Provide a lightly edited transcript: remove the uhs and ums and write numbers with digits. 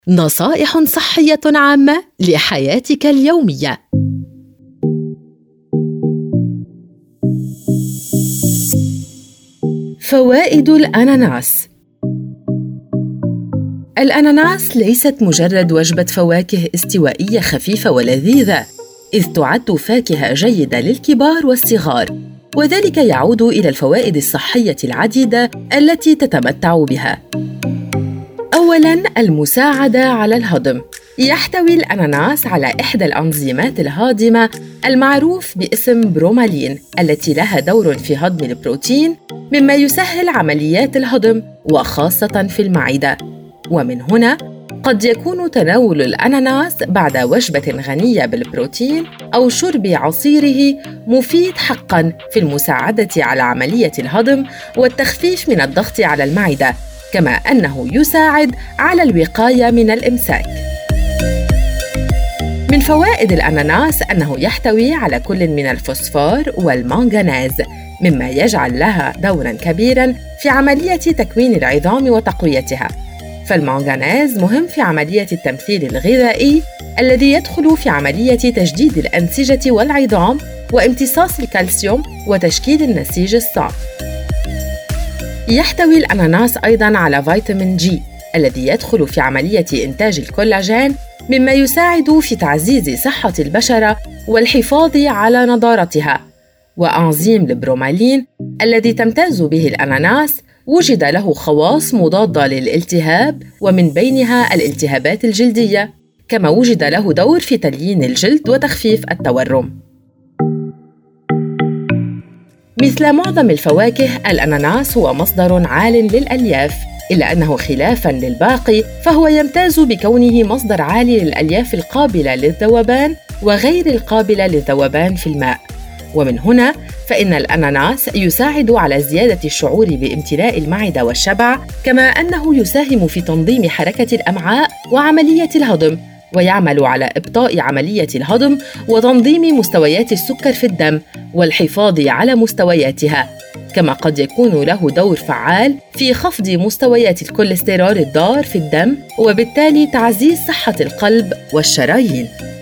نصائح صحية عامة لحياتك اليومية. فوائد الأناناس. الأناناس ليست مجرد وجبة فواكه استوائية خفيفة ولذيذة، إذ تعد فاكهة جيدة للكبار والصغار، وذلك يعود إلى الفوائد الصحية العديدة التي تتمتع بها. أولاً، المساعدة على الهضم. يحتوي الأناناس على إحدى الأنزيمات الهاضمة المعروف باسم برومالين، التي لها دور في هضم البروتين، مما يسهل عمليات الهضم وخاصة في المعدة. ومن هنا قد يكون تناول الأناناس بعد وجبة غنية بالبروتين أو شرب عصيره مفيد حقاً في المساعدة على عملية الهضم والتخفيف من الضغط على المعدة، كما أنه يساعد على الوقاية من الإمساك. من فوائد الأناناس أنه يحتوي على كل من الفوسفور والمنغنيز، مما يجعل لها دوراً كبيراً في عملية تكوين العظام وتقويتها. فالمنغنيز مهم في عملية التمثيل الغذائي الذي يدخل في عملية تجديد الأنسجة والعظام وامتصاص الكالسيوم وتشكيل النسيج الصعب. يحتوي الأناناس أيضاً على فيتامين جي الذي يدخل في عملية إنتاج الكولاجين، مما يساعد في تعزيز صحة البشرة والحفاظ على نضارتها. وأنزيم البرومالين الذي تمتاز به الأناناس وجد له خواص مضادة للالتهاب، ومن بينها الالتهابات الجلدية، كما وجد له دور في تليين الجلد وتخفيف التورم. مثل معظم الفواكه، الأناناس هو مصدر عال للألياف، إلا أنه خلافاً للباقي فهو يمتاز بكونه مصدر عالي للألياف القابلة للذوبان وغير القابلة للذوبان في الماء. ومن هنا فإن الأناناس يساعد على زيادة الشعور بامتلاء المعدة والشبع، كما أنه يساهم في تنظيم حركة الأمعاء وعملية الهضم، ويعمل على إبطاء عملية الهضم وتنظيم مستويات السكر في الدم والحفاظ على مستوياتها، كما قد يكون له دور فعال في خفض مستويات الكوليسترول الضار في الدم، وبالتالي تعزيز صحة القلب والشرايين.